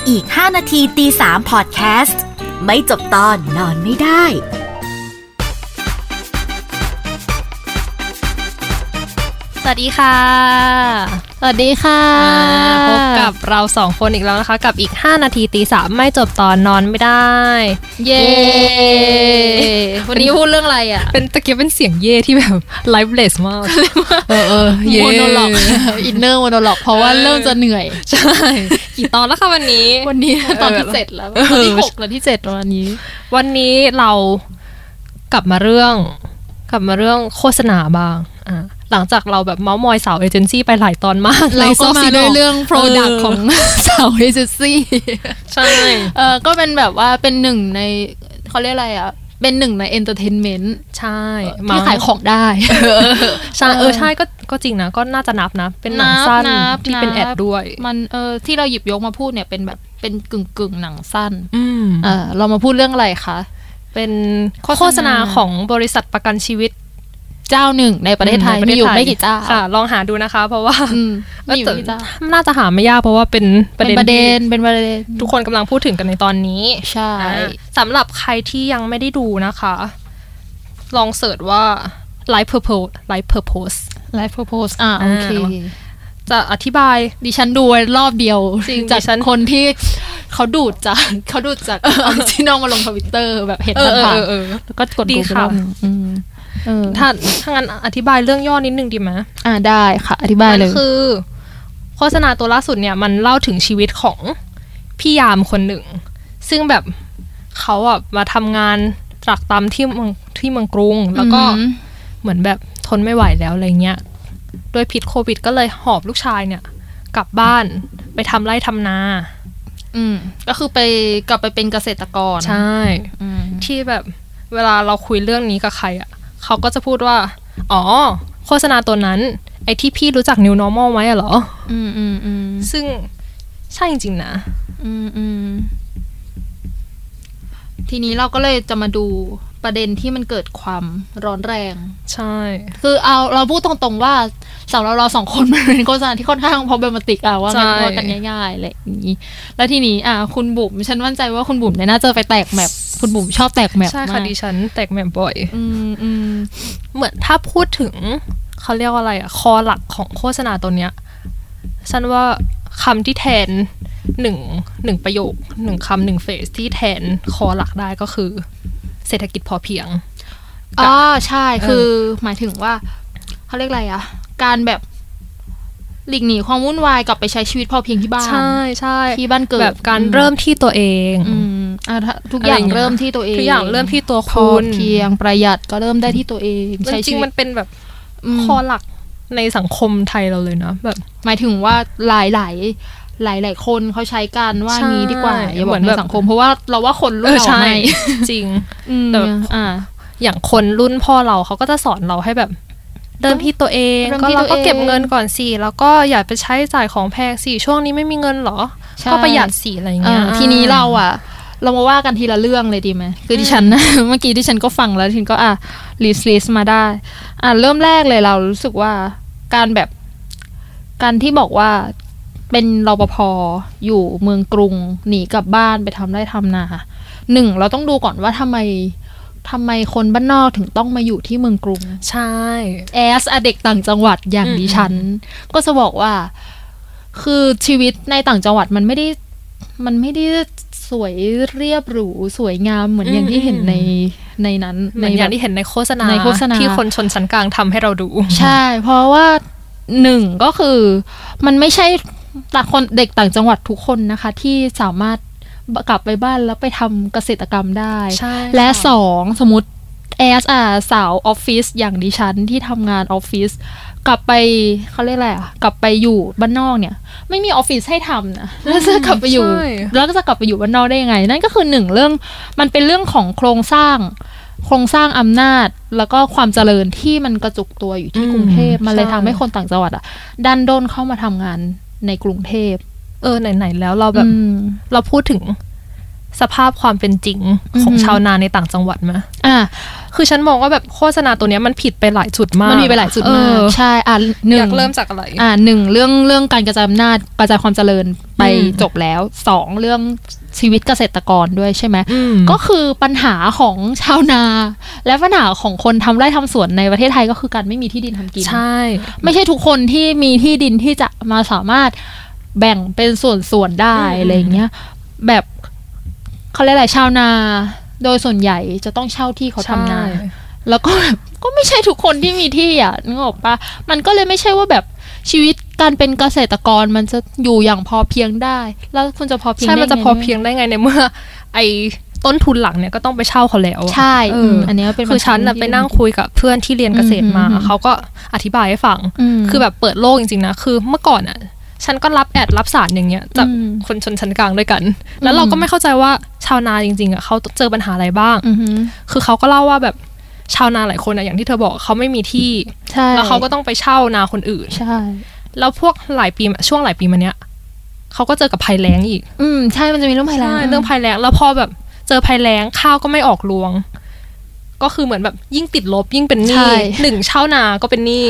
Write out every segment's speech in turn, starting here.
อีก5นาทีตี3พอดแคสต์ไม่จบตอนนอนไม่ได้สวัสดีค่ะสวัสดีค่ะพบกับเรา2คนอีกแล้วนะคะกับอีก5นาทีตี3ไม่จบตอนนอนไม่ได้เย้วันนี้พูดเรื่องอะไรอ่ะเป็นตะเกียบเป็นเสียงเย่ที่แบบไลฟ์เลสมากเย่โมโนล็อกอินเนอร์โมโนล็อกเพราะว่าเริ่มจะเหนื่อยใช่กี่ตอนแล้วคะวันนี้ตอนที่7แล้วตอนที่6แล้วที่7วันนี้เรากลับมาเรื่องโฆษณาบ้างหลังจากเราแบบเม้ามอยสาวเอเจนซี่ไปหลายตอนมากเราก็มาด้วยเรื่อง product ของสาวเอเจนซี่ใช่ก็เป็นแบบว่าเป็นหนึ่งในเขาเรียกอะไรอ่ะเป็นหนึ่งใน entertainment ใช่ที่ขายของได้ใช่ใช่ก็จริงนะก็น่าจะนับนะเป็นหนังสั้นที่เป็นแอดด้วยมันที่เราหยิบยกมาพูดเนี่ยเป็นแบบเป็นกึ่งหนังสั้นเรามาพูดเรื่องอะไรคะเป็นโฆษณาของบริษัทประกันชีวิตเจ้าหนึ่งในประเทศไทยมีอยู่ไม่กี่เจ้าค่ะลองหาดูนะคะเพราะว่าน่าจะหาไม่ยากเพราะว่าเป็นประเด็นทุกคนกำลังพูดถึงกันในตอนนี้ใช่สำหรับใครที่ยังไม่ได้ดูนะคะลองเสิร์ชว่า life purpose โอเคจะอธิบายดิฉันดูรอบเดียวจากคนที่เขาดูดจากออริจินอลมาลง Twitter แบบเห็นผ่านๆแล้วก็กดดูไปรอบนึงถ้างั้นอธิบายเรื่องย่อนิดนึงดีไหมได้ค่ะอธิบายเลยคือโฆษณาตัวล่าสุดเนี่ยมันเล่าถึงชีวิตของพี่ยามคนหนึ่งซึ่งแบบเขามาทำงานตรากตรำที่เมืองกรุงแล้วก็เหมือนแบบทนไม่ไหวแล้วอะไรเงี้ยโดยพิษโควิดก็เลยหอบลูกชายเนี่ยกลับบ้านไปทำไร่ทำนาก็คือไปกลับไปเป็นเกษตรกรใช่ที่แบบเวลาเราคุยเรื่องนี้กับใครเขาก็จะพูดว่าโฆษณาตัวนั้นไอ้ที่พี่รู้จัก New Normal ไหมเหรอซึ่งใช่จริงๆนะทีนี้เราก็เลยจะมาดูประเด็นที่มันเกิดความร้อนแรงใช่คือเราพูดตรงๆว่าสำหรับเรา2คนมันเป็นโฆษณาที่ค่อนข้างproblematicว่ามันกันง่ายๆอะไรอย่างนี้แล้วทีนี้คุณบุ๋มฉันมั่นใจว่าคุณบุ๋มเนี่ยน่าจะไปแตกแมปคุณบุ๋มชอบแตกแมปใช่ค่ะดิฉันแตกแมปบ่อยเหมือนถ้าพูดถึงเขาเรียกว่าอะไรคอหลักของโฆษณาตัวเนี้ยฉันว่าคำที่แทนหนึ่งประโยค1คำ1เฟสที่แทนคอหลักได้ก็คือเศรษฐกิจพอเพียงใช่คือหมายถึงว่าเขาเรียกอะไรการแบบหลีกหนีความวุ่นวายกลับไปใช้ชีวิตพอเพียงที่บ้านใช่ที่บ้านเกิดแบบการเริ่มที่ตัวเองทุกอย่างเริ่มที่ตัวเองทุกอย่างเริ่มที่ตัวคุณพอเพียงประหยัดก็เริ่มได้ที่ตัวเองจริงๆมันเป็นแบบข้อหลักในสังคมไทยเราเลยนะแบบหมายถึงว่าหลายคนเขาใช้กันว่างี้ดีกว่าอย่าบอกในสังคมเพราะว่าเราว่าคนรุ่นเราไม่จริงแต่อย่างคนรุ่นพ่อเราเขาก็จะสอนเราให้แบบเริ่มที่ตัวเองก็เราก็เก็บเงินก่อนสิแล้วก็อย่าไปใช้จ่ายของแพงสิช่วงนี้ไม่มีเงินหรอก็ประหยัดสิอะไรเงี้ยทีนี้เรามาว่ากันทีละเรื่องเลยดีไหมคือดิฉันเมื่อกี้ดิฉันก็ฟังแล้วดิฉันก็ลิสต์มาได้เริ่มแรกเลยเรารู้สึกว่าการที่บอกว่าเป็นรปภ.อยู่เมืองกรุงหนีกลับบ้านไปทำไร่ทำนาเราต้องดูก่อนว่าทำไมคนบ้านนอกถึงต้องมาอยู่ที่เมืองกรุงใช่เด็กต่างจังหวัดอย่างดิฉันก็จะบอกว่าคือชีวิตในต่างจังหวัดมันไม่ได้สวยเรียบหรูสวยงามเหมือนอย่างที่เห็นในนั้นในอย่างที่เห็นในโฆษณาที่คนชนชั้นกลางทำให้เราดูใช่เพราะว่าก็คือมันไม่ใช่เด็กต่างจังหวัดทุกคนนะคะที่สามารถกลับไปบ้านแล้วไปทำเกษตรกรรมได้และ2สมมติสาวออฟฟิศอย่างดิฉันที่ทำงานออฟฟิศกลับไปเขาเรียกอะไรกลับไปอยู่บ้านนอกเนี่ยไม่มีออฟฟิศให้ทำนะแล้วจะกลับไปอยู่แล้วก็จะกลับไปอยู่บ้านนอกได้ยังไงนั่นก็คือ1เรื่องมันเป็นเรื่องของโครงสร้างอำนาจแล้วก็ความเจริญที่มันกระจุกตัวอยู่ที่กรุงเทพมันเลยทำให้คนต่างจังหวัดดันด้นเข้ามาทำงานในกรุงเทพไหนๆแล้วเราแบบเราพูดถึงสภาพความเป็นจริงของชาวนาในต่างจังหวัดมั้ยคือฉันมองว่าแบบโฆษณาตัวเนี้ยมันผิดไปหลายจุดมากมันมีไปหลายจุดมากใช่อยากเริ่มจากอะไร 1เรื่องการกระจายอำนาจกระจายความเจริญไปจบแล้ว2เรื่องชีวิตเกษตรกรด้วยใช่ไหมก็คือปัญหาของชาวนาและปัญหาของคนทำไร่ทำสวนในประเทศไทยก็คือการไม่มีที่ดินทำกินใช่ไม่ใช่ทุกคนที่มีที่ดินที่จะมาสามารถแบ่งเป็นส่วนๆได้อะไรเงี้ยแบบเขาเรียกอะไรชาวนาโดยส่วนใหญ่จะต้องเช่าที่เขาทำนาแล้วก็แบบก็ไม่ใช่ทุกคนที่มีที่อ่ะนึกออกปะมันก็เลยไม่ใช่ว่าแบบชีวิตการเป็นเกษตรกรมันจะอยู่อย่างพอเพียงได้แล้วคุณจะพอเพียงได้ไงมันจะพอเพียงได้ไงในเมื่อไอ้ต้นทุนหลักเนี่ยก็ต้องไปเช่าเขาแล้วใช่อันนี้เป็นคือฉันไปนั่งคุยกับเพื่อนที่เรียนเกษตรมาเขาก็อธิบายให้ฟังคือแบบเปิดโลกจริงๆนะคือเมื่อก่อนอ่ะฉันก็รับสารอย่างเงี้ยจากคนชนชั้นกลางด้วยกันแล้วเราก็ไม่เข้าใจว่าชาวนาจริงๆอ่ะเขาเจอปัญหาอะไรบ้างคือเขาก็เล่าว่าแบบชาวนาหลายคนอ่ะอย่างที่เธอบอกเขาไม่มีที่แล้วเขาก็ต้องไปเช่านาคนอื่นใช่แล้วพวกช่วงหลายปีมาเนี้ยเขาก็เจอกับภัยแล้งอีกใช่มันจะมีเรื่องภัยแล้งเรื่องภัยแล้งแล้วพอแบบเจอภัยแล้งข้าวก็ไม่ออกรวงก็คือเหมือนแบบยิ่งติดลบยิ่งเป็นหนี้1เช่านาก็เป็นหนี้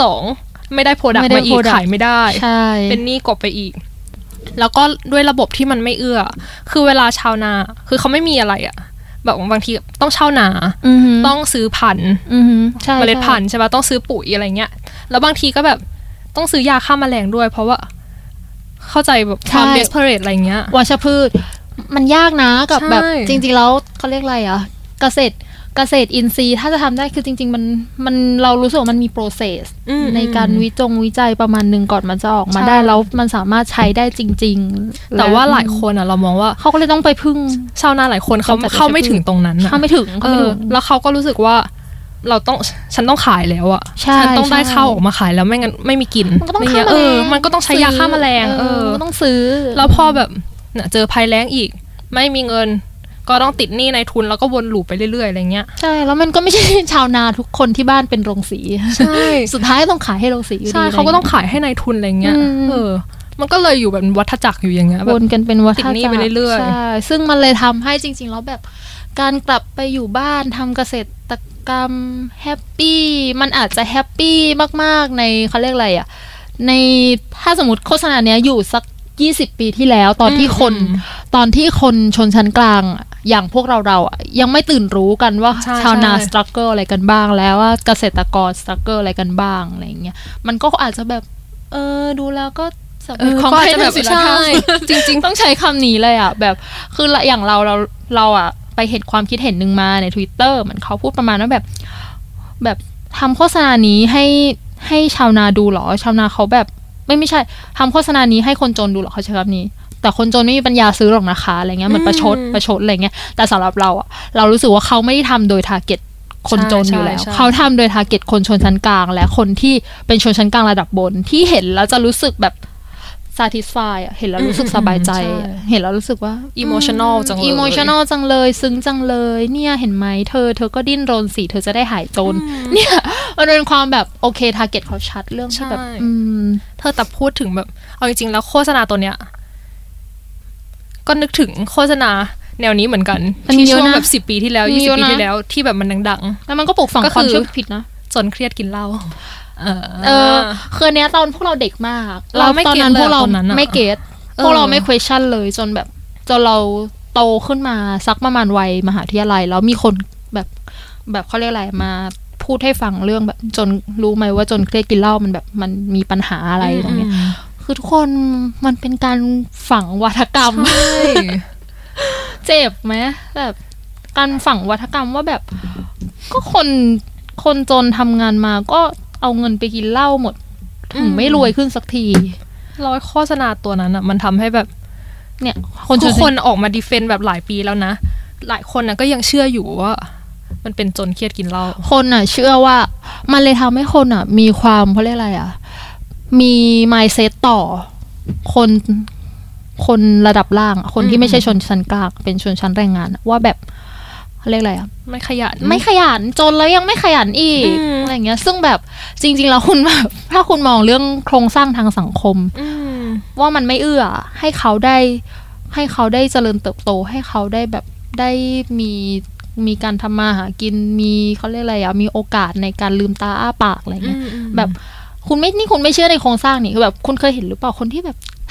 2ไม่ได้โปรดักต์มาอีกขายไม่ได้เป็นหนี้กบไปอีกแล้วก็ด้วยระบบที่มันไม่เอื้อคือเวลาชาวนาคือเขาไม่มีอะไรอ่ะแบบบางทีต้องเช่านาต้องซื้อพันธุ์เมล็ดพันธุ์ใช่ป่ะต้องซื้อปุ๋ยอะไรเงี้ยแล้วบางทีก็แบบต้องซื้อยาฆ่าแมลงด้วยเพราะว่าเข้าใจแบบความ desperate อะไรเงี้ยวัชพืชมันยากนะกับแบบจริงๆแล้วเขาเรียกอะไรอ่ะเกษตรอินทรีย์ถ้าจะทำได้คือจริงๆมันเรารู้สึกว่ามันมี process ในการวิจัยประมาณนึงก่อนมันจะออกมาได้แล้วมันสามารถใช้ได้จริงๆแต่ว่าหลายคนอ่ะเรามองว่าเขาก็เลยต้องไปพึ่งชาวนาหลายคนเขาเข้าไม่ถึงตรงนั้นเข้าไม่ถึงแล้วเขาก็รู้สึกว่าฉันต้องขายแล้วอ่ะฉันต้องได้ข้าวออกมาขายแล้วไม่งั้นไม่มีกินมันก็ต้องมันก็ต้องใช้ยาฆ่าแมลงก็ต้องซื้อแล้วพอแบบเจอภัยแล้งอีกไม่มีเงินก็ต้องติดหนี้ในทุนแล้วก็วนลูปไปเรื่อยๆอะไรเงี้ยใช่แล้วมันก็ไม่ใช่ชาวนาทุกคนที่บ้านเป็นโรงสีใช่สุดท้ายต้องขายให้โรงสีอยู่ดีใช่เขาก็ต้องขายให้ในทุนอะไรเงี้ยมันก็เลยอยู่แบบวัฏจักรอยู่อย่างเงี้ยวนกันเป็นวัฏจักรติดหนี้ไปเรื่อยๆใช่ซึ่งมันเลยทำให้จริงๆแล้วแบบการกลับไปอยู่บ้านทำเกษตรกรรมแฮปปี้มันอาจจะแฮปปี้มากๆในเขาเรียกอะไรอ่ะในถ้าสมมติโฆษณาเนี้ยอยู่สัก20 ปีที่แล้วตอนที่คนชนชั้นกลางอย่างพวกเราอ่ะยังไม่ตื่นรู้กันว่าชาวนาสตรั๊กเกิลอะไรกันบ้างแล้วว่าเกษตรกรสตรั๊กเกิลอะไรกันบ้างอะไรอย่างเงี้ยมันก็อาจจะแบบดูแล้วก็สำเร็จของใครแบบใช่จริงๆต้องใช้คำนี้เลยอ่ะแบบคืออย่างเราอ่ะไปเห็นความคิดเห็นนึงมาใน Twitter เหมือนเขาพูดประมาณว่าแบบทำโฆษณานี้ให้ชาวนาดูหรอชาวนาเขาแบบไม่ใช่ทำโฆษณานี้ให้คนจนดูหรอเขาใช้คำนี้แต่คนจนไม่มีปัญญาซื้อหรอกนะคะอะไรเงี้ยเหมือนประชดอะไรเงี้ยแต่สำหรับเราอ่ะเรารู้สึกว่าเขาไม่ได้ทำโดยทาร์เก็ตคนจนอยู่แล้วเขาทำโดยทาร์เก็ตคนชนชั้นกลางและคนที่เป็นชนชั้นกลางระดับบนที่เห็นแล้วจะรู้สึกแบบ satisfy อ่ะเห็นแล้วรู้สึกสบายใจเห็นแล้วรู้สึกว่า emotional จังเลยซึ้งจังเลยเนี่ยเห็นไหมเธอก็ดิ้นรนสิเธอจะได้หายจนเนี่ยมันเป็นความแบบโอเคทาร์เก็ตเขาชัดเรื่องที่แบบเธอแต่พูดถึงแบบเอาจริงๆแล้วโฆษณาตัวเนี้ยก็นึกถึงโฆษณาแนวนี้เหมือนกันที่ช่วงแบบ10 ปีที่แล้ว20 ปีที่แล้วที่แบบมันดังๆแล้วมันก็ปลูกฝังความเชื่อผิดนะจนเครียดกินเหล้าคือเนี้ยตอนพวกเราเด็กมากเราตอนนั้นพวกเราไม่เก็ตพวกเราไม่ question เลยจนเราโตขึ้นมาสักประมาณวัยมหาวิทยาลัยแล้วมีคนแบบเขาเรียกอะไรมาพูดให้ฟังเรื่องแบบจนรู้ไหมว่าจนเครียดกินเหล้ามันแบบมันมีปัญหาอะไรตรงนี้คือทุกคนมันเป็นการฝังวัฒกรรมเจ็บไหมแบบการฝังวัฒกรรมว่าแบบก็คนจนทำงานมาก็เอาเงินไปกินเหล้าหมดถึงไม่รวยขึ้นสักทีโฆษณาตัวนั้นอ่ะมันทำให้แบบเนี่ยทุกคนออกมาดีเฟนต์แบบหลายปีแล้วนะหลายคนน่ะก็ยังเชื่ออยู่ว่ามันเป็นจนเครียดกินเหล้าคนอ่ะเชื่อว่ามันเลยทำให้คนอ่ะมีความเขาเรียกอะไรอ่ะมี mindset ต่อคนระดับล่างคนที่ไม่ใช่ชนชั้นกลางเป็นชนชั้นแรงงานว่าแบบเรียกอะไรอ่ะไม่ขยันจนแล้วยังไม่ขยันอีกอะไรเงี้ยซึ่งแบบจริงๆแล้วคุณแบบถ้าคุณมองเรื่องโครงสร้างทางสังคมว่ามันไม่เอื้อให้เขาได้เจริญเติบโตให้เขาได้แบบได้มีการทำมาหากินมีเขาเรียกอะไรอ่ะมีโอกาสในการลืมตาอ้าปากอะไรเงี้ยแบบคุณไม่เชื่อในโครงสร้างนี่คือแบบคุณเคยเห็นหรือเปล่าคนที่แบบ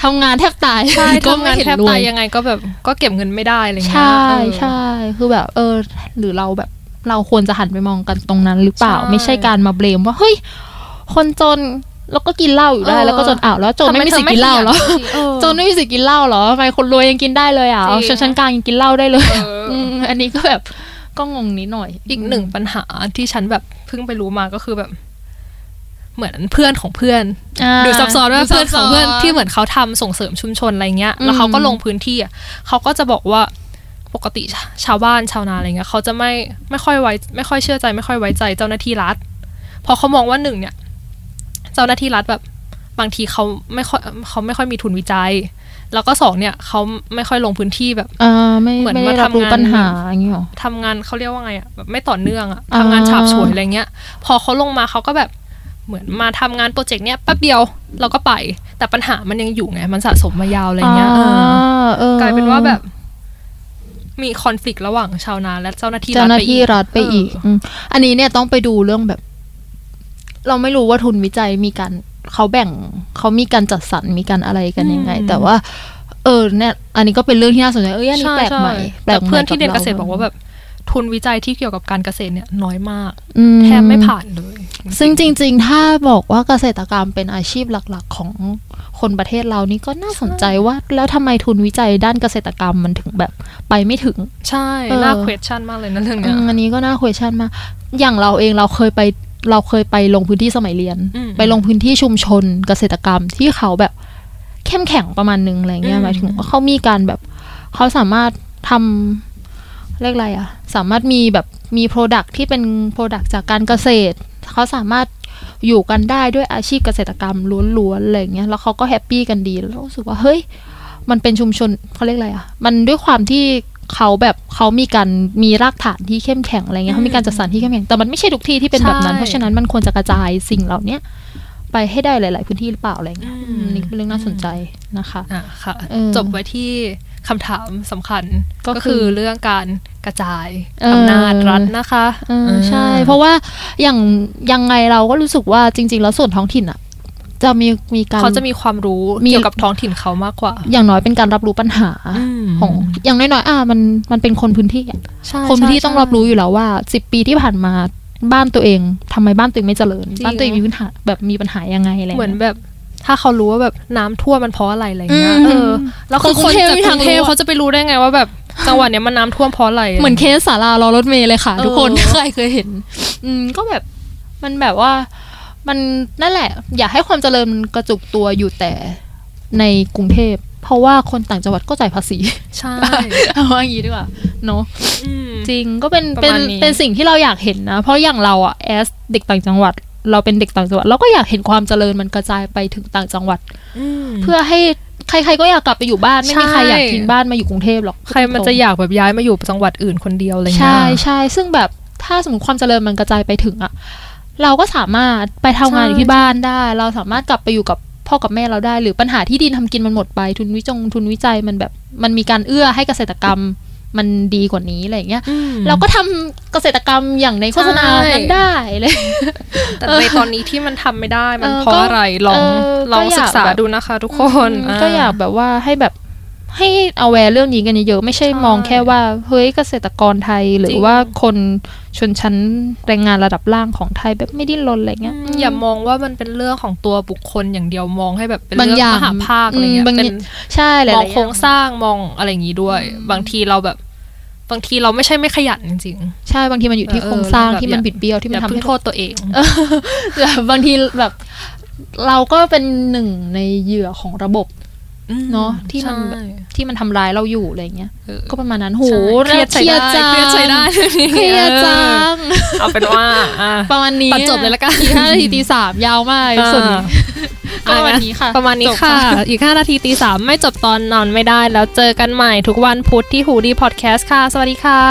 ทำงานแทบตายใช่ทำงานแทบตายยังไงก็แบบก็เก็บเงินไม่ได้อะไรเงี้ยใช่คือแบบหรือเราแบบเราควรจะหันไปมองกันตรงนั้นหรือเปล่าไม่ใช่การมาเบลมว่าเฮ้ยคนจนแล้วก็กินเหล้าอยู่ได้แล้วก็จนแล้วจนไม่มีสิทธิ์กินเหล้าเหรอจนไม่มีสิทธิ์กินเหล้าเหรอทำไมคนรวยยังกินได้เลยชั้นกลางยังกินเหล้าได้เลยอันนี้ก็แบบก็งงนิดหน่อยอีกหนึ่งปัญหาที่ฉันแบบเพิ่งไปรู้มาก็คือแบบเหมือนเพื่อนของเพื่อนดูซับซ้อนว่าเพื่อนของเพื่อนที่เหมือนเขาทำส่งเสริมชุมชนอะไรเงี้ยแล้วเขาก็ลงพื้นที่เขาก็จะบอกว่าปกติชาวบ้านชาวนาอะไรเงี้ยเขาจะไม่ค่อยเชื่อใจไม่ค่อยไว้ใจเจ้าหน้าที่รัฐเพราะเขามองว่าหนึ่งเนี่ยเจ้าหน้าที่รัฐแบบบางทีเขาไม่ค่อยมีทุนวิจัยแล้วก็สองเนี่ยเขาไม่ค่อยลงพื้นที่แบบเหมือนมาทำงานปัญหาอย่างเงี้ยทำงานเขาเรียกว่าไงแบบไม่ต่อเนื่องทำงานฉาบฉวยอะไรเงี้ยพอเขาลงมาเขาก็แบบเหมือนมาทำงานโปรเจกต์เนี้ยแป๊บเดียวเราก็ไปแต่ปัญหามันยังอยู่ไงมันสะสมมายาวอะไรเงี้ยกลายเป็นว่าแบบมีคอนฟลิกต์ระหว่างชาวนาและเจ้าหน้าที่รัฐไปอีกอันนี้เนี่ยต้องไปดูเรื่องแบบเราไม่รู้ว่าทุนวิจัยมีการเขามีการจัดสรรมีการอะไรกันยังไงแต่ว่าเนี่ยอันนี้ก็เป็นเรื่องที่น่าสนใจอันนี้แปลกใหม่แต่เพื่อนที่เรียนเกษตรบอกว่าแบบทุนวิจัยที่เกี่ยวกับการเกษตรเนี่ยน้อยมากแทบไม่ผ่านเลยซึ่งจริงๆถ้าบอกว่าเกษตรกรรมเป็นอาชีพหลักๆของคนประเทศเรานี่ก็น่าสนใจว่าแล้วทำไมทุนวิจัยด้านเกษตรกรรมมันถึงแบบไปไม่ถึงใช่น่า question มากเลยนะเรื่องนี้อันนี้ก็น่า question มากอย่างเราเองเราเคยไปลงพื้นที่สมัยเรียนไปลงพื้นที่ชุมชนเกษตรกรรมที่เขาแบบเข้มแข็งประมาณนึงอะไรเงี้ยหมายถึงว่าเขามีการแบบเขาสามารถทำเรียกอะไรสามารถมี product ที่เป็น product จากการเกษตรเขาสามารถอยู่กันได้ด้วยอาชีพเกษตรกรรมล้วนๆอะไรเงี้ยแล้วเขาก็แฮปปี้กันดีแล้วรู้สึกว่าเฮ้ยมันเป็นชุมชนเขาเรียกอะไรมันด้วยความที่เขามีรากฐานที่เข้มแข็งอะไรเงี้ยเขามีการจัดสรรที่เข้มแข็งแต่มันไม่ใช่ทุกที่ที่เป็นแบบนั้นเพราะฉะนั้นมันควรจะกระจายสิ่งเหล่านี้ไปให้ได้หลายๆพื้นที่หรือเปล่าอะไรเงี้ยนี่เป็นเรื่องน่าสนใจนะคะค่ะจบไว้ที่คำถามสำคัญก็คือเรื่องการกระจายอำนาจรัฐนะคะใช่เพราะว่ายังไงเราก็รู้สึกว่าจริงๆแล้วส่วนท้องถิ่นจะมีการเขาจะมีความรู้เกี่ยวกับท้องถิ่นเขามากกว่าอย่างน้อยเป็นการรับรู้ปัญหาของอย่างน้อยๆมันเป็นคนพื้นที่คนพื้นที่ต้องรับรู้อยู่แล้วว่า10 ปีที่ผ่านมาบ้านตัวเองทำไมบ้านตัวเองไม่เจริญบ้านตัวเองมีปัญหาแบบมีปัญหายังไงอะไรเหมือนแบบถ้าเขารู้ว่าแบบน้ำท่วมมันเพราะอะไรอะไรเงี้ยแล้วคนจากกรุงเทพเขาจะไปรู้ได้ไงว่าแบบจังหวัดเนี้ยมันน้ำท่วมเพราะอะไรเหมือนเคสศาลารอรถเมล์เลยค่ะทุกคนใครเคยเห็นก็แบบมันแบบว่ามันนั่นแหละอยากให้ความเจริญกระจุกตัวอยู่แต่ในกรุงเทพเพราะว่าคนต่างจังหวัดก็จ่ายภาษีใช่เอาอย่างนี้ดีกว่าเนาะจริงก็เป็นสิ่งที่เราอยากเห็นนะเพราะอย่างเราแอสเด็กต่างจังหวัดเราเป็นเด็กต่างจังหวัดเราก็อยากเห็นความเจริญมันกระจายไปถึงต่างจังหวัดเพื่อให้ใครๆก็อยากกลับไปอยู่บ้านไม่มีใครอยากทิ้งบ้านมาอยู่กรุงเทพหรอกใครมันจะอยากแบบย้ายมาอยู่จังหวัดอื่นคนเดียวอะไรเงี้ยใช่ซึ่งแบบถ้าสมมติความเจริญมันกระจายไปถึงเราก็สามารถไปทำงานอยู่ที่บ้านได้เราสามารถกลับไปอยู่กับพ่อกับแม่เราได้หรือปัญหาที่ดินทำกินมันหมดไปทุนวิจัยมันแบบมันมีการเอื้อให้เกษตรกรรมมันดีกว่านี้อะไรอย่างเงี้ยเราก็ทำเกษตรกรรมอย่างในโฆษณานั้นได้เลยแต่ในตอนนี้ที่มันทำไม่ได้มันเพราะอะไรลองศึกษาดูนะคะทุกคนก็อยากแบบว่าให้เอาแวร์เรื่องนี้กันเยอะๆไม่ใช่มองแค่ว่าเฮ้ยเกษตรกรไทยหรือว่าคนชนชั้นแรงงานระดับล่างของไทยแบบไม่ดิ้นรนอะไรเงี้ยอย่ามองว่ามันเป็นเรื่องของตัวบุคคลอย่างเดียวมองให้แบบเป็นเรื่องมหาภาคอะไรเงี้ยเป็นใช่มองโครงสร้างมองอะไรอย่างงี้ด้วยบางทีเราไม่ใช่ไม่ขยันจริงๆใช่บางทีมันอยู่ที่โครงสร้างที่มันบิดเบี้ยวที่มันทำให้โทษตัวเองบางทีแบบเราก็เป็นหนึ่งในเหยื่อของระบบเนาะที่มันทำร้ายเราอยู่อะไรเงี้ยก็ประมาณนั้นโหเครียดใช้ได้เครียดจังเอาเป็นว่าประมาณนี้ตัดจบเลยละกันอีก5 นาทีตี 3ยาวมากส่วนนี้ก็ประมาณนี้ค่ะประมาณนี้ค่ะอีก5 นาทีตี 3ไม่จบตอนนอนไม่ได้แล้วเจอกันใหม่ทุกวันพุธที่ฮูดี้พอดแคสต์ค่ะสวัสดีค่ะ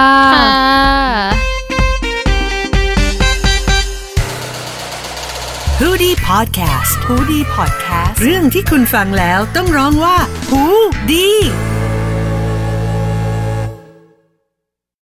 ฮูดี้พอดแคสต์ฮูดี้พอดแคสต์เรื่องที่คุณฟังแล้วต้องร้องว่าฮูดี้